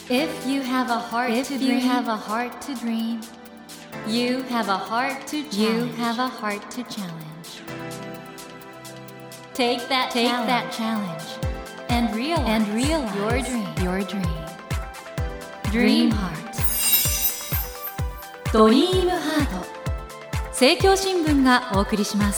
If you have a heart to dream, you have a heart to dream. You have a heart to challenge. You have a heart to challenge. Take that challenge and realize your dream. Dream Heart. ドリームハート。政教新聞がお送りします。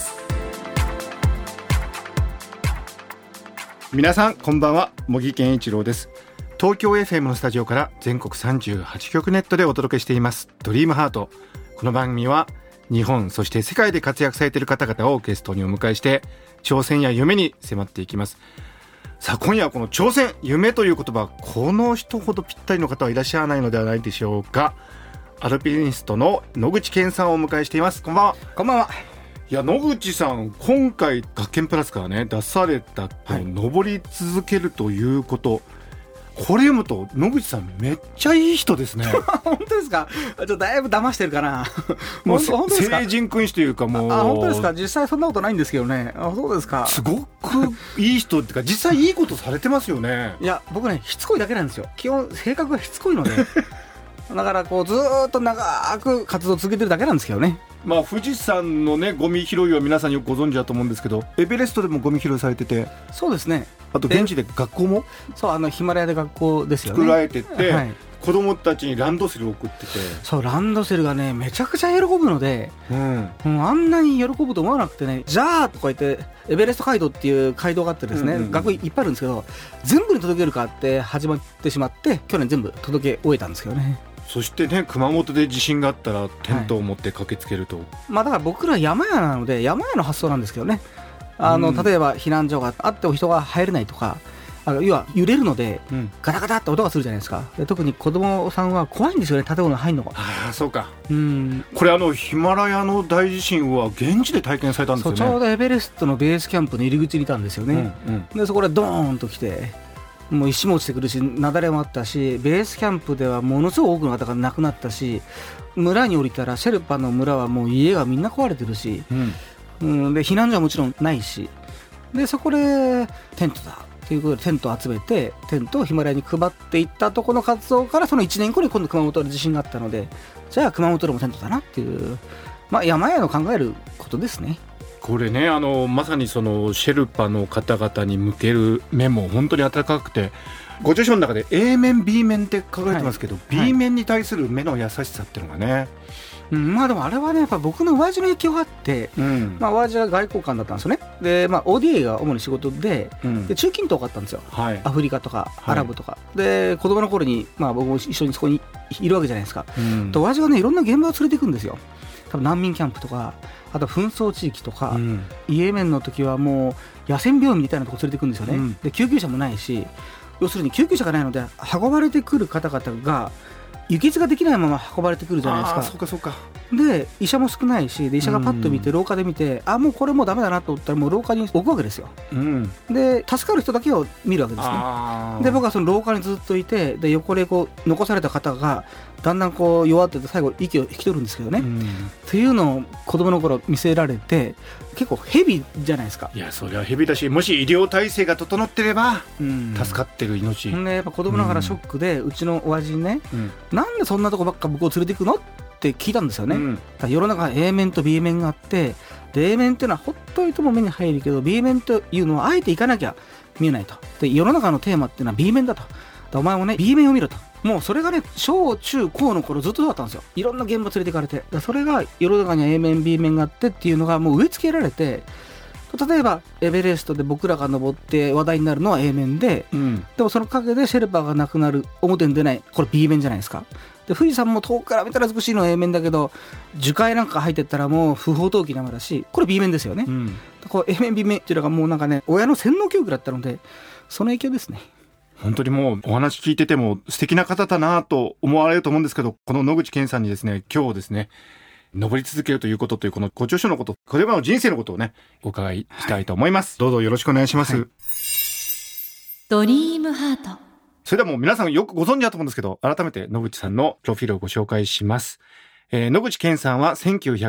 皆さんこんばんは、茂木健一郎です。東京 FM のスタジオから全国38局ネットでお届けしていますドリームハート。この番組は日本そして世界で活躍されている方々をゲストにお迎えして挑戦や夢に迫っていきます。さあ今夜はこの挑戦夢という言葉、この人ほどぴったりの方はいらっしゃらないのではないでしょうか。アルピニストの野口健さんをお迎えしています。こんばんは。 こんばんは。 いや野口さん、今回学研プラスからね出された登り続けるということ、これ読むと野口さんめっちゃいい人ですね。 本当ですか。ちょっとだいぶ騙してるかな。 もう聖人君子というか、もう本当ですか。実際そんなことないんですけどね。そうですか。 すごくいい人っていうか実際いいことされてますよね。 いや僕ねしつこいだけなんですよ。基本性格がしつこいのでだからこうずっと長く活動を続けてるだけなんですけどね。 まあ富士山のねゴミ拾いは皆さんよくご存知だと思うんですけど、エベレストでもゴミ拾いされてて。 そうですね。 あと現地で学校もそうヒマラヤで学校ですよね作られてて、 はい、 子供たちにランドセルを送ってて。 そうランドセルがねめちゃくちゃ喜ぶので、あんなに喜ぶと思わなくてね。じゃあとか言ってエベレスト街道っていう街道があってですね、学校いっぱいあるんですけど全部に届けるかって始まってしまって去年全部届け終えたんですけどね。 そしてね熊本で地震があったらテントを持って駆けつけると、 まあだから僕ら山屋なので山屋の発想なんですけどね。例えば避難所があっても人が入れないとか、要は揺れるので、ガタガタって音がするじゃないですか。で特に子供さんは怖いんですよね、建物に入るのが。 ああそうか。これヒマラヤの大地震は現地で体験されたんですよね。 そうちょうどエベレストのベースキャンプの入り口にいたんですよね、でそこでドーンと来てもう石も落ちてくるし雪崩もあったし、ベースキャンプではものすごく多くの方が亡くなったし、村に降りたらシェルパの村はもう家がみんな壊れてるし、で避難所はもちろんないし、でそこでテントだということでテントを集めてテントをヒマラヤに配っていったところの活動からその1年後に今度熊本で地震があったので、じゃあ熊本でもテントだなっていう、山屋の考えることですね。 これねまさにそのシェルパの方々に向ける目も本当に温かくて、ご著書の中で A 面 B 面って書かれてますけど、B 面に対する目の優しさっていうのがね、 でもあれはねやっぱ僕の親父の影響があって、親父が外交官だったんですよね。で、ODA が主に仕事で、で中近東があったんですよ、アフリカとかアラブとか、で子供の頃に、僕も一緒にそこにいるわけじゃないですか、と親父がねいろんな現場を連れていくんですよ。多分難民キャンプとか、あと紛争地域とか、イエメンの時はもう野戦病院みたいなとこ連れていくんですよね、で救急車もないし、要するに救急車がないので運ばれてくる方々が輸血ができないまま運ばれてくるじゃないですか。 そうか。 で医者も少ないし、で医者がパッと見て廊下で見て、もうこれもうダメだなと思ったらもう廊下に置くわけですよ、で助かる人だけを見るわけですね。で僕はその廊下にずっといて、で横でこう残された方がだんだんこう弱ってて最後息を引き取るんですけどね、っていうのを子供の頃見せられて、結構ヘビじゃないですか。 いやそれはヘビだし、もし医療体制が整ってれば、助かってる命でやっぱ子供ながらショックで、うちの親父にね、なんでそんなとこばっか僕を連れていくのって聞いたんですよね、世の中は A 面と B 面があって、で A 面っていうのはほっといても目に入るけど B 面というのはあえていかなきゃ見えないと。で世の中のテーマっていうのは B 面だと。お前もね B 面を見ろと。もうそれがね小中高の頃ずっとそうだったんですよ。いろんな現場連れていかれて、それが世の中には A 面 B 面があってっていうのがもう植え付けられて、例えばエベレストで僕らが登って話題になるのは A 面で、でもその陰でシェルパがなくなる、表に出ない、これ B 面じゃないですか。で富士山も遠くから見たら美しいのは A 面だけど、樹海なんか入ってったらもう不法投棄なまだし、これ B 面ですよね、こう A 面 B 面っていうのがもうなんかね親の洗脳教育だったので、その影響ですね。 本当にもうお話聞いてても素敵な方だなと思われると思うんですけど、この野口健さんにですね今日ですね登り続けるということというこのご著書のこと、これまでの人生のことをねお伺いしたいと思います、どうぞよろしくお願いします、 ドリームハート。 それではもう皆さんよくご存知だと思うんですけど、改めて野口さんのプロフィールをご紹介します。野口健さんは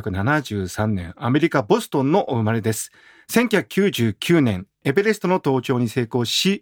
1973年アメリカボストンのお生まれです。1999年エベレストの登頂に成功し、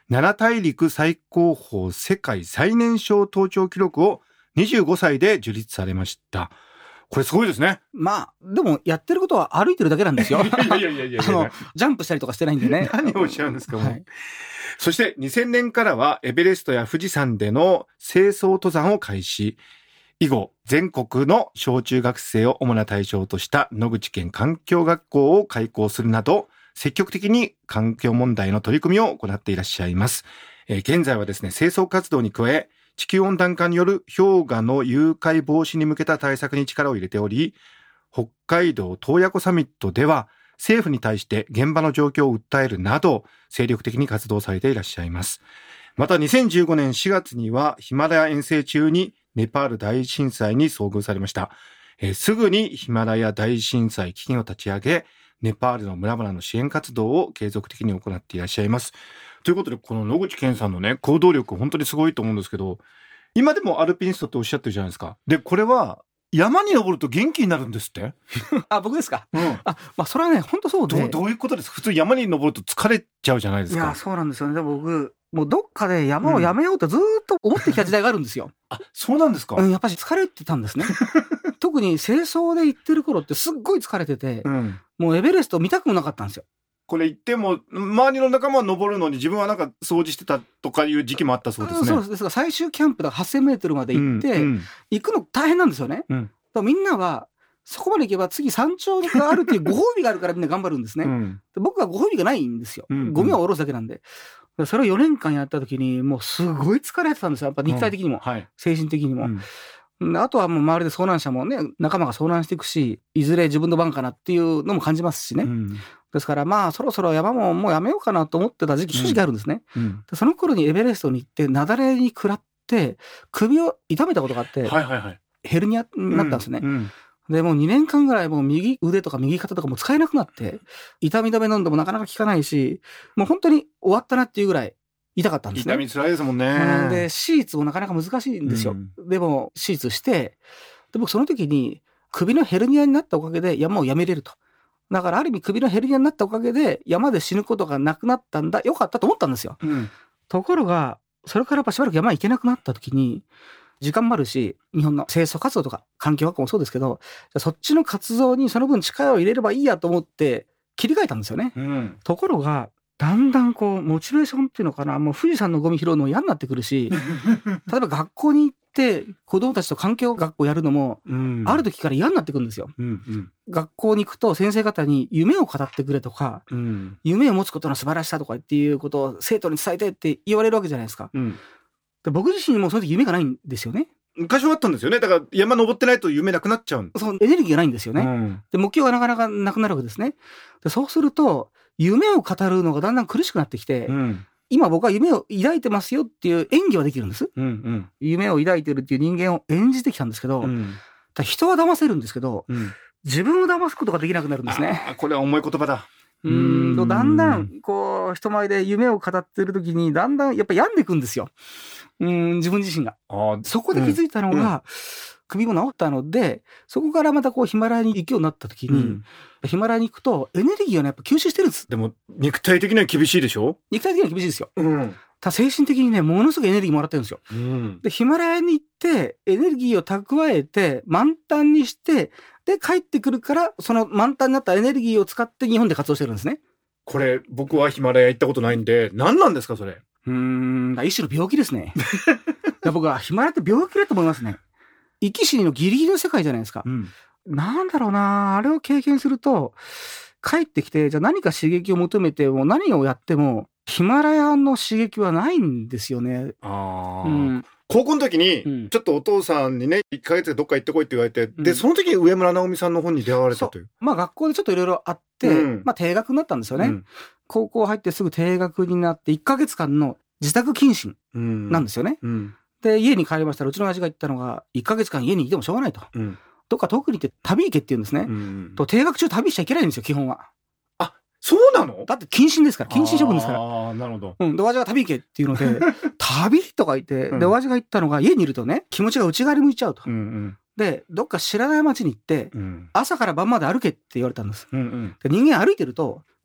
7大陸最高峰世界最年少登頂記録を25歳で樹立されました。これすごいですね。 まあでもやってることは歩いてるだけなんですよ。 いやジャンプしたりとかしてないんでね。 何をおっしゃるんですか、もう。 はい、 そして2000年からはエベレストや富士山での清掃登山を開始。以後、全国の小中学生を主な対象とした野口県環境学校を開校するなど、積極的に環境問題の取り組みを行っていらっしゃいます。現在はですね、清掃活動に加え、地球温暖化による氷河の融解防止に向けた対策に力を入れており、北海道洞爺湖サミットでは、政府に対して現場の状況を訴えるなど、精力的に活動されていらっしゃいます。また2015年4月にはヒマラヤ遠征中にネパール大震災に遭遇されました。すぐにヒマラヤ大震災基金を立ち上げ、ネパールの村々の支援活動を継続的に行っていらっしゃいます。ということで、この野口健さんのね、行動力本当にすごいと思うんですけど、今でもアルピニストっておっしゃってるじゃないですか。で、これは山に登ると元気になるんですって。 あ、僕ですか。 うん。 まあそれはね、本当そうで。 どういうことですか。普通山に登ると疲れちゃうじゃないですか。 いや、そうなんですよね。でも僕、もうどっかで山をやめようとずっと思ってきた時代があるんですよ。 あ、そうなんですか。 やっぱり疲れてたんですね。特に清掃で行ってる頃ってすっごい疲れてて、もうエベレスト見たくもなかったんですよ。 これ行っても周りの仲間は登るのに自分はなんか掃除してたとかいう時期もあったそうですね。 そうですが、最終キャンプだ8000メートルまで行って、行くの大変なんですよね。みんなはそこまで行けば次山頂があるっていうご褒美があるからみんな頑張るんですね。で僕はご褒美がないんですよ。ゴミは下ろすだけなんで。それを4年間やった時にもうすごい疲れてたんですよ。やっぱ肉体的にも、精神的にも。あとはもう周りで遭難者もね、仲間が遭難していくし、いずれ自分の番かなっていうのも感じますしね。ですからまあそろそろ山もうやめようかなと思ってた時期、正直あるんですね。でその頃にエベレストに行って雪崩に食らって首を痛めたことがあって、ヘルニアになったんですね。でもう2年間ぐらいもう右腕とか右肩とかも使えなくなって、痛み止め飲んでもなかなか効かないし、もう本当に終わったなっていうぐらい痛かったんですね。 痛み辛いですもんね。 でシーツもなかなか難しいんですよ。でもシーツして、で僕その時に首のヘルニアになったおかげで山をやめれると。だからある意味首のヘルニアになったおかげで山で死ぬことがなくなったんだ、よかったと思ったんですよ。ところがそれからやっぱしばらく山行けなくなった時に、時間もあるし、日本の清掃活動とか環境学校もそうですけど、そっちの活動にその分力を入れればいいやと思って切り替えたんですよね。ところがだんだんこうモチベーションっていうのかな、もう富士山のゴミ拾うのも嫌になってくるし例えば学校に行って子供たちと環境学校やるのも、ある時から嫌になってくるんですよ。学校に行くと先生方に夢を語ってくれとか、夢を持つことの素晴らしさとかっていうことを生徒に伝えてって言われるわけじゃないですか。で僕自身もその時夢がないんですよね。 昔はあったんですよね。だから山登ってないと夢なくなっちゃう。 そうエネルギーがないんですよね。で目標がなかなかなくなるわけですね。でそうすると夢を語るのがだんだん苦しくなってきて、今僕は夢を抱いてますよっていう演技はできるんです。夢を抱いてるっていう人間を演じてきたんですけど、人は騙せるんですけど、自分を騙すことができなくなるんですね。 これは重い言葉だ。 だんだんこう人前で夢を語ってる時にだんだんやっぱ病んでいくんですよ。自分自身が。そこで気づいたのが、首も治ったので、そこからまたこうヒマラヤに行くようになった時に、ヒマラヤに行くとエネルギーをねやっぱ吸収してるんです。 でも肉体的には厳しいでしょ。 肉体的には厳しいですよ。ただ精神的にねものすごいエネルギーもらってるんですよ。でヒマラヤに行ってエネルギーを蓄えて満タンにしてで帰ってくるから、その満タンになったエネルギーを使って日本で活動してるんですね。 これ僕はヒマラヤ行ったことないんで何なんですかそれ。 一種の病気ですね。僕はヒマラヤって病気だと思いますね。生き死にのギリギリの世界じゃないですか。なんだろうな、あれを経験すると帰ってきて、じゃあ何か刺激を求めても何をやってもヒマラヤの刺激はないんですよね。 高校の時にちょっとお父さんにね1ヶ月でどっか行ってこいって言われて、でその時に上村直美さんの本に出会われたという。 学校でちょっといろいろあって、定額になったんですよね。高校入ってすぐ定額になって1ヶ月間の自宅謹慎なんですよね。で家に帰りましたらうちの親父が言ったのが、1ヶ月間家にいてもしょうがないと、どっか遠くに行って旅行けって言うんですね。と定額中旅しちゃいけないんですよ基本は。 そうなの？ だって謹慎ですから、謹慎処分ですから。 なるほど。 で親父が旅行けっていうので旅とか言って、で親父が言ったのが、家にいるとね気持ちが内側に向いちゃうと。でどっか知らない街に行って、朝から晩まで歩けって言われたんです。で人間歩いてると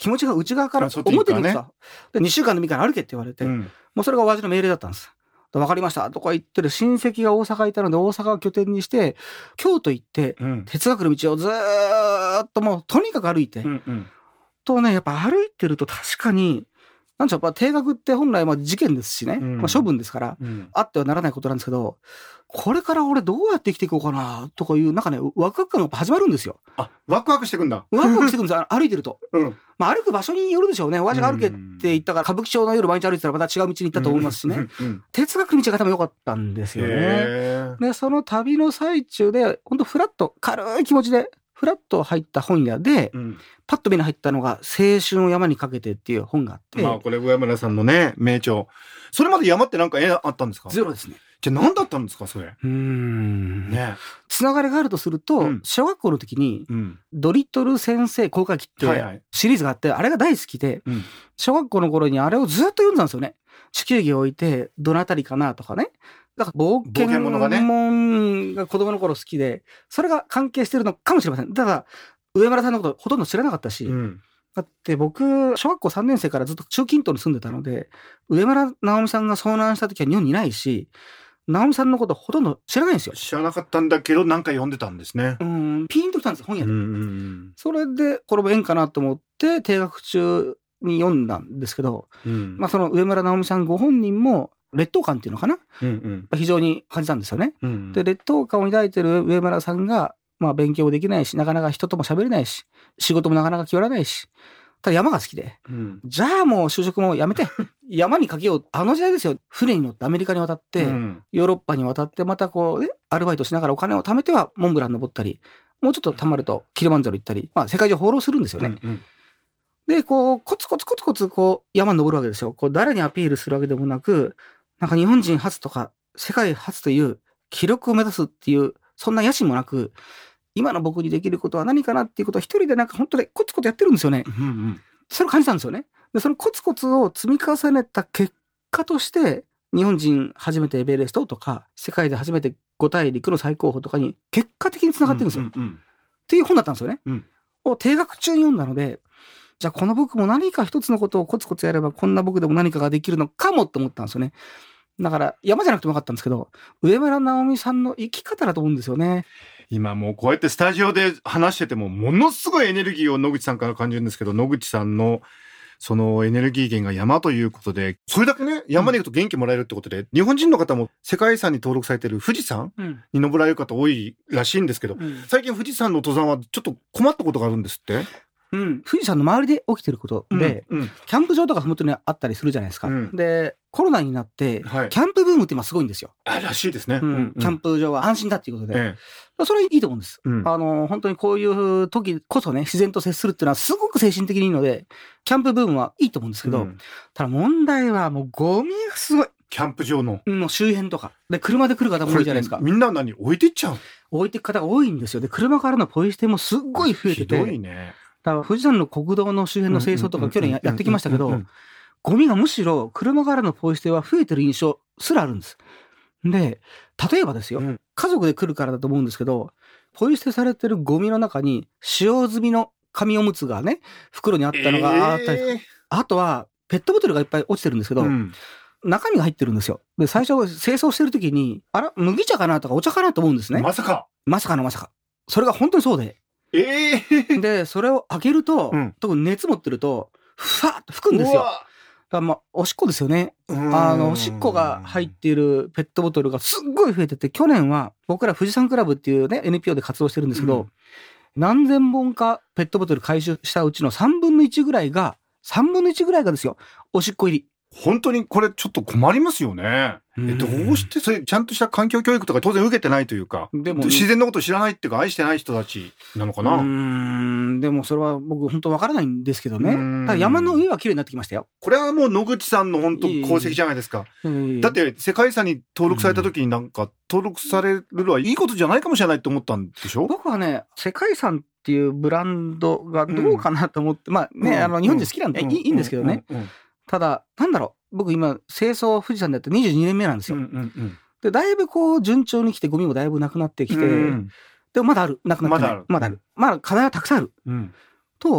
気持ちが内側から表に来た。で、2週間でもいいから歩けって言われて、もうそれが親父の命令だったんです。分かりましたとか言ってる親戚が大阪いたので、大阪を拠点にして、京都行って、哲学の道をずーっともうとにかく歩いて、とね、やっぱ歩いてると確かに、なんちゃう、やっぱ定額って本来事件ですしね、処分ですから、あってはならないことなんですけど、これから俺どうやって生きていこうかなとかいう、なんかね、ワクワク感が始まるんですよ。 あ、ワクワクしてくんだ。 ワクワクしてくんですよ、歩いてると。歩く場所によるでしょうね。親父が歩けって言ったから、歌舞伎町の夜毎日歩いてたらまた違う道に行ったと思いますしね。哲学の道が多分良かったんですよね。で、その旅の最中で、本当フラッと、軽い気持ちで、フラッと入った本屋で、パッと目に入ったのが、青春を山にかけてっていう本があって。 これ上村さんのね、名著。それまで山ってなんかあったんですか？ ゼロですね。 じゃあ何だったんですかそれ。 ね。つながりがあるとすると、小学校の時に、ドリトル先生公開記ってシリーズがあって、あれが大好きで、小学校の頃にあれをずっと読んでたんですよね。地球儀を置いて、どのあたりかなとかね。だから冒険物が子供の頃好きで、それが関係してるのかもしれません。ただ、上村さんのことほとんど知らなかったし、だって僕、小学校3年生からずっと中近東に住んでたので、上村直美さんが遭難した時は日本にいないし、直美さんのことほとんど知らないんですよ。 知らなかったんだけど、なんか読んでたんですね。 ピーンときたんです、本屋で。それで、これも縁かなと思って、定学中に読んだんですけど、その上村直美さんご本人も、劣等感っていうのかな、非常に感じたんですよね。で、劣等感を抱いてる上村さんが、勉強もできないし、なかなか人とも喋れないし、仕事もなかなか決まらないし、ただ山が好きで、じゃあもう就職もやめて、山にかけよう。あの時代ですよ。船に乗ってアメリカに渡って、ヨーロッパに渡って、またアルバイトしながらお金を貯めてはモンブラン登ったり、もうちょっと貯まるとキリマンジャロ行ったり、世界中放浪するんですよね。で、コツコツ山に登るわけですよ。誰にアピールするわけでもなく、なんか日本人初とか世界初という記録を目指すっていう、そんな野心もなく、今の僕にできることは何かなっていうことを一人でなんか本当にコツコツやってるんですよね。それを感じたんですよね。で、そのコツコツを積み重ねた結果として、日本人初めてエベレストとか、世界で初めて5大陸の最高峰とかに結果的に繋がってるんですよ。っていう本だったんですよね。を定学中に読んだので、じゃあこの僕も何か一つのことをコツコツやればこんな僕でも何かができるのかもって思ったんですよね。だから山じゃなくてもよかったんですけど、上村直美さんの生き方だと思うんですよね。 今もうこうやってスタジオで話しててもものすごいエネルギーを野口さんから感じるんですけど、野口さんのそのエネルギー源が山ということで、それだけね、山に行くと元気もらえるってことで、日本人の方も世界遺産に登録されている富士山に登られる方多いらしいんですけど、最近富士山の登山はちょっと困ったことがあるんですって？ 富士山の周りで起きてることで、キャンプ場とか麓にあったりするじゃないですか。で、コロナになって、キャンプブームって今すごいんですよ。 らしいですね。 キャンプ場は安心だっていうことで。それはいいと思うんです。本当にこういう時こそね、自然と接するっていうのはすごく精神的にいいので、キャンプブームはいいと思うんですけど、ただ問題はもうゴミがすごい。 キャンプ場の。 周辺とか。で、車で来る方も多いじゃないですか。 みんな何置いてっちゃう？ 置いていく方が多いんですよ。で、車からのポイ捨てもすっごい増えてて。 ひどいね。 だから富士山の国道の周辺の清掃とか去年やってきましたけど、ゴミがむしろ車からのポイ捨ては増えてる印象すらあるんです。で、例えばですよ、家族で来るからだと思うんですけど、ポイ捨てされてるゴミの中に使用済みの紙おむつがね、袋にあったのがあったり、あとはペットボトルがいっぱい落ちてるんですけど、中身が入ってるんですよ。で、最初清掃してる時に、麦茶かなとかお茶かなと思うんですね。 まさか。 それが本当にそうで。で、それを開けると、特に熱持ってると、ふわっと吹くんですよ。おしっこですよね。おしっこが入っているペットボトルがすっごい増えてて、去年は僕ら富士山クラブっていうね、NPO で活動してるんですけど、何千本かペットボトル回収したうちの3分の1ぐらいがですよ、おしっこ入り。 本当にこれちょっと困りますよね。どうしてそれちゃんとした環境教育とか当然受けてないというか、でも自然のことを知らないっていうか愛してない人たちなのかな。 でもそれは僕本当わからないんですけどね。ただ山の上は綺麗になってきましたよ。 これはもう野口さんの本当功績じゃないですか。だって世界遺産に登録された時になんか登録されるのはいいことじゃないかもしれないって思ったんでしょ？ 僕はね、世界遺産っていうブランドがどうかなと思って、日本人好きなんでいいんですけどね。ただ、僕今、清掃富士山でやって22年目なんですよ。で、だいぶ順調に来てゴミもだいぶなくなってきて、でもまだある。なくなってない。まだある。まだ課題はたくさんある。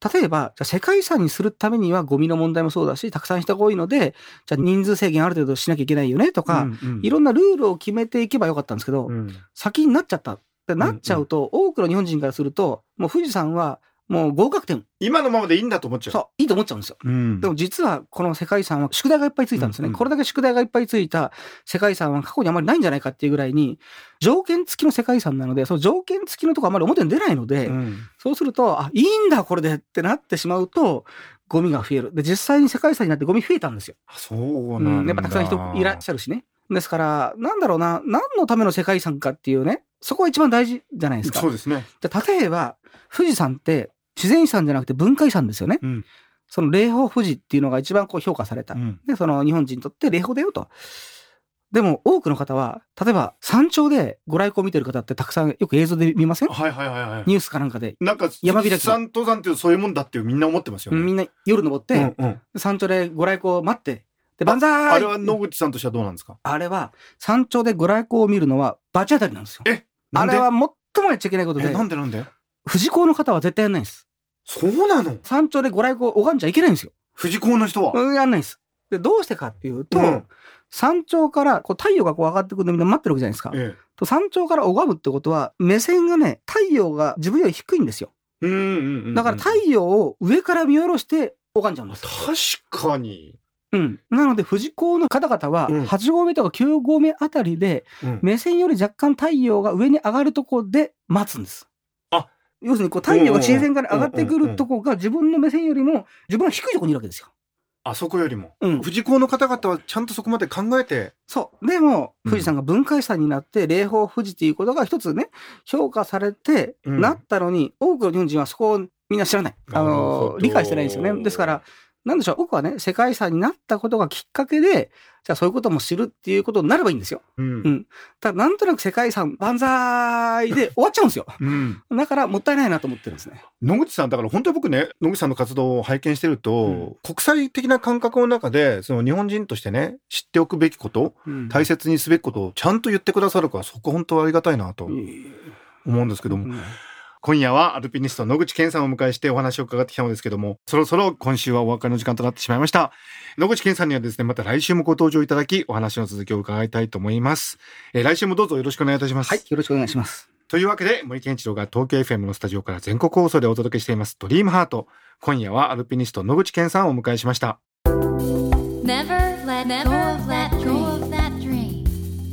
例えばじゃあ世界遺産にするためにはゴミの問題もそうだし、たくさん人が多いのでじゃあ人数制限ある程度しなきゃいけないよねとか、いろんなルールを決めていけばよかったんですけど、先になっちゃった。でなっちゃうと、多くの日本人からするともう富士山はもう合格点、 今のままでいいんだと思っちゃう。 そういいと思っちゃうんですよ、でも実はこの世界遺産は宿題がいっぱいついたんですね、これだけ宿題がいっぱいついた世界遺産は過去にあまりないんじゃないかっていうぐらいに条件付きの世界遺産なので、その条件付きのところあまり表に出ないので、そうするといいんだこれでってなってしまうとゴミが増える。で実際に世界遺産になってゴミ増えたんですよ。 そうなんだ、 やっぱたくさん人いらっしゃるしね。ですからなんだろうな、何のための世界遺産かっていうね、そこが一番大事じゃないですか。 そうですね。 で例えば富士山って自然遺産じゃなくて文化遺産ですよね、その霊峰富士っていうのが一番こう評価された、でその日本人にとって霊峰だよと。でも多くの方は例えば山頂でご来光を見てる方ってたくさんよく映像で見ません？ニュースかなんかでなんか山開き登山っていうそういうもんだっていうみんな思ってますよね。 みんな夜登って、山頂でご来光を待ってで万歳。 あれは野口さんとしてはどうなんですか？あれは山頂でご来光を見るのは罰当たりなんですよ。あれは最もやっちゃいけないことで。なんで富士講の方は絶対やんないです。 そうなの？ 山頂でご来光を拝んじゃいけないんですよ。 富士講の人はやんないです。でどうしてかっていうと、山頂からこう太陽がこう上がってくるのみんな待ってるわけじゃないですか、と山頂から拝むってことは目線がね、太陽が自分より低いんですよ。だから太陽を上から見下ろして拝んじゃうんです。 確かに。 なので富士講の方々は8合目とか9合目あたりで、目線より若干太陽が上に上がるところで待つんです。要するにこう太陽が地平線から上がってくるとこが自分の目線よりも自分は低いところにいるわけですよ。 あそこよりも、富士講の方々はちゃんとそこまで考えて。 そうでも富士山が文化遺産になって霊峰富士ということが一つね評価されてなったのに、多くの日本人はそこをみんな知らない、理解してないんですよね。ですからなんでしょう、僕はね世界遺産になったことがきっかけでじゃあそういうことも知るっていうことになればいいんですよ。ただなんとなく世界遺産万歳で終わっちゃうんですよ。だからもったいないなと思ってるんですね。 野口さんだから本当に僕ね、野口さんの活動を拝見してると、国際的な感覚の中でその日本人としてね知っておくべきこと、大切にすべきことをちゃんと言ってくださるから、そこ本当はありがたいなと思うんですけども、今夜はアルピニスト野口健さんをお迎えしてお話を伺ってきたのですけども、そろそろ今週はお別れの時間となってしまいました。野口健さんにはですね、また来週もご登場いただきお話の続きを伺いたいと思います。来週もどうぞよろしくお願いいたします。 はい、よろしくお願いします。 というわけで森健一郎が東京 FM のスタジオから全国放送でお届けしていますドリームハート。今夜はアルピニスト野口健さんをお迎えしました。 Never let go of that dream.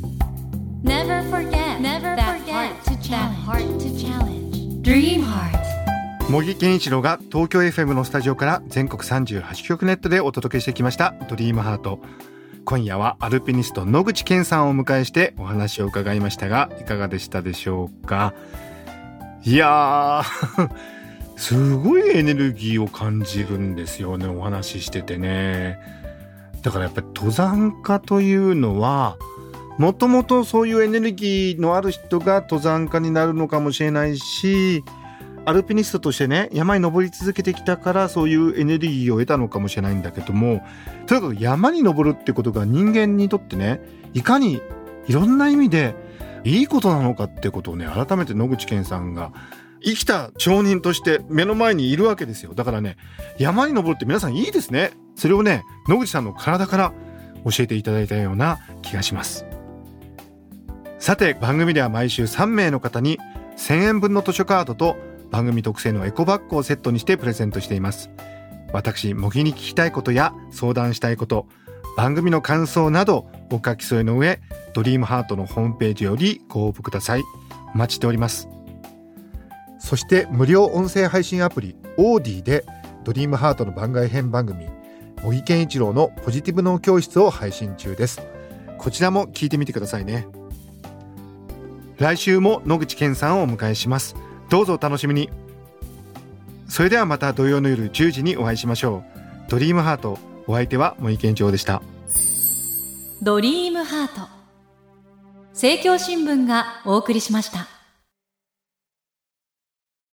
Never forget that heart to challenge. Dream Heart。 茂木健一郎が東京 FM のスタジオから全国38局ネットでお届けしてきましたドリームハート。今夜はアルピニスト野口健さんをお迎えしてお話を伺いましたが、いかがでしたでしょうか。いやーすごいエネルギーを感じるんですよね、お話ししててね。だからやっぱり登山家というのはもともとそういうエネルギーのある人が登山家になるのかもしれないし、アルピニストとしてね山に登り続けてきたからそういうエネルギーを得たのかもしれないんだけども、とにかく山に登るってことが人間にとってね、いかにいろんな意味でいいことなのかってことをね、改めて野口健さんが生きた証人として目の前にいるわけですよ。だからね、山に登るって皆さんいいですね。それをね野口さんの体から教えていただいたような気がします。さて番組では毎週3名の方に1000円分の図書カードと番組特製のエコバッグをセットにしてプレゼントしています。私茂木に聞きたいことや相談したいこと、番組の感想などお書き添えの上、ドリームハートのホームページよりご応募ください。お待ちしております。そして無料音声配信アプリオーディでドリームハートの番外編番組茂木健一郎のポジティブ脳教室を配信中です。こちらも聞いてみてくださいね。来週も野口健さんをお迎えします。どうぞお楽しみに。それではまた土曜の夜10時にお会いしましょう。ドリームハート、お相手は森健一郎でした。 ドリームハート、政教新聞がお送りしました。